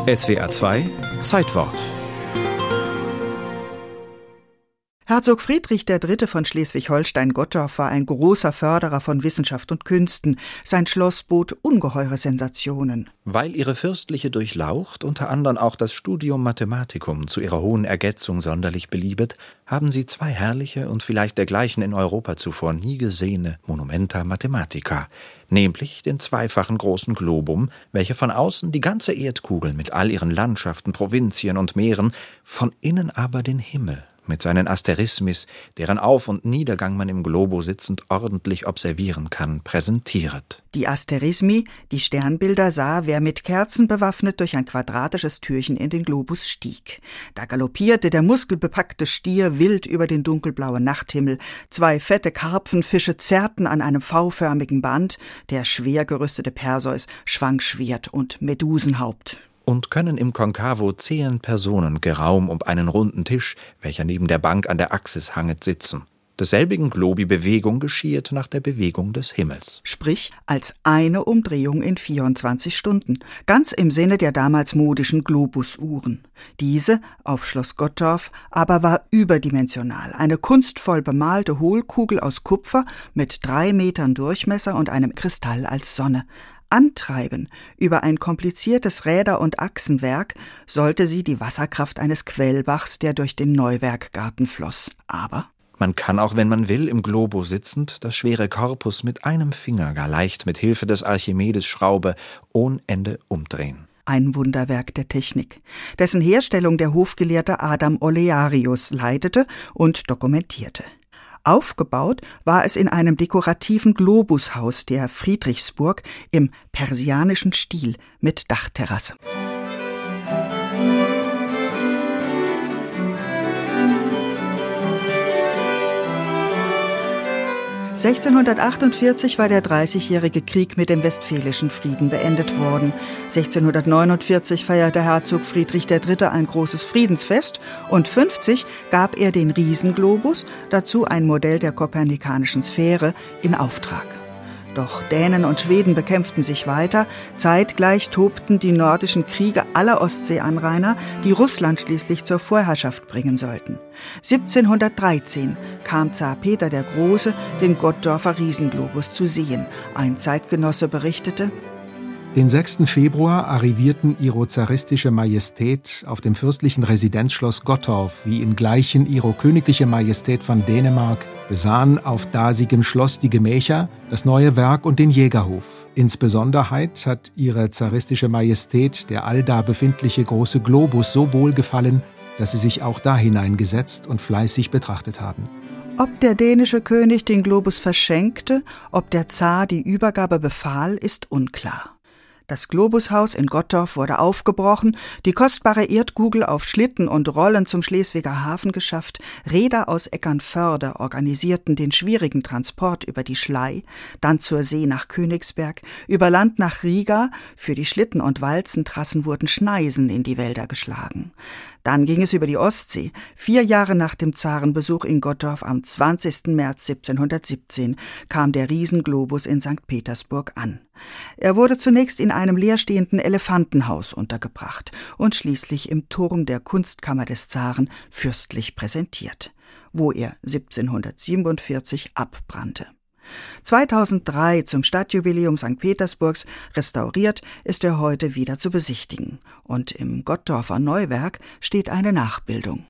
SWR 2 Zeitwort. Herzog Friedrich III. Von Schleswig-Holstein-Gottorf war ein großer Förderer von Wissenschaft und Künsten. Sein Schloss bot ungeheure Sensationen. Weil ihre fürstliche Durchlaucht unter anderem auch das Studium Mathematicum zu ihrer hohen Ergetzung sonderlich beliebet, haben sie zwei herrliche und vielleicht dergleichen in Europa zuvor nie gesehene Monumenta Mathematica, nämlich den zweifachen großen Globum, welcher von außen die ganze Erdkugel mit all ihren Landschaften, Provinzien und Meeren, von innen aber den Himmel mit seinen Asterismis, deren Auf- und Niedergang man im Globo sitzend ordentlich observieren kann, präsentiert. Die Asterismi, die Sternbilder, sah, wer mit Kerzen bewaffnet durch ein quadratisches Türchen in den Globus stieg. Da galoppierte der muskelbepackte Stier wild über den dunkelblauen Nachthimmel. Zwei fette Karpfenfische zerrten an einem V-förmigen Band. Der schwer gerüstete Perseus schwang Schwert und Medusenhaupt. Und können im Konkavo 10 Personen geraum um einen runden Tisch, welcher neben der Bank an der Axis hanget, sitzen. Desselbigen Globi Bewegung geschiehet nach der Bewegung des Himmels. Sprich, als eine Umdrehung in 24 Stunden, ganz im Sinne der damals modischen Globusuhren. Diese, auf Schloss Gottorf, aber war überdimensional. Eine kunstvoll bemalte Hohlkugel aus Kupfer mit 3 Metern Durchmesser und einem Kristall als Sonne. Antreiben über ein kompliziertes Räder- und Achsenwerk sollte sie die Wasserkraft eines Quellbachs, der durch den Neuwerkgarten floss. Aber man kann auch, wenn man will, im Globo sitzend das schwere Korpus mit einem Finger gar leicht mit Hilfe des Archimedes-Schraube ohne Ende umdrehen. Ein Wunderwerk der Technik, dessen Herstellung der Hofgelehrte Adam Olearius leitete und dokumentierte. Aufgebaut war es in einem dekorativen Globushaus der Friedrichsburg im persianischen Stil mit Dachterrasse. (1648) war der 30-jährige Krieg mit dem Westfälischen Frieden beendet worden. 1649 feierte Herzog Friedrich III. Ein großes Friedensfest und 50 gab er den Riesenglobus, dazu ein Modell der kopernikanischen Sphäre, in Auftrag. Doch Dänen und Schweden bekämpften sich weiter. Zeitgleich tobten die nordischen Kriege aller Ostseeanrainer, die Russland schließlich zur Vorherrschaft bringen sollten. 1713 kam Zar Peter der Große, den Gottorfer Riesenglobus zu sehen. Ein Zeitgenosse berichtete: Den 6. Februar arrivierten Ihro zaristische Majestät auf dem fürstlichen Residenzschloss Gottorf, wie in gleichen Ihro königliche Majestät von Dänemark, besahen auf dasigem Schloss die Gemächer, das neue Werk und den Jägerhof. Insbesonderheit hat Ihre zaristische Majestät der allda befindliche große Globus so wohlgefallen, dass Sie sich auch da hineingesetzt und fleißig betrachtet haben. Ob der dänische König den Globus verschenkte, ob der Zar die Übergabe befahl, ist unklar. Das Globushaus in Gottorf wurde aufgebrochen, die kostbare Erdkugel auf Schlitten und Rollen zum Schleswiger Hafen geschafft, Reeder aus Eckernförde organisierten den schwierigen Transport über die Schlei, dann zur See nach Königsberg, über Land nach Riga, für die Schlitten- und Walzentrassen wurden Schneisen in die Wälder geschlagen. Dann ging es über die Ostsee, 4 Jahre nach dem Zarenbesuch in Gottorf am 20. März 1717 kam der Riesenglobus in St. Petersburg an. Er wurde zunächst in einem leerstehenden Elefantenhaus untergebracht und schließlich im Turm der Kunstkammer des Zaren fürstlich präsentiert, wo er 1747 abbrannte. 2003 zum Stadtjubiläum St. Petersburgs restauriert ist er heute wieder zu besichtigen. Und im Gottorfer Neuwerk steht eine Nachbildung.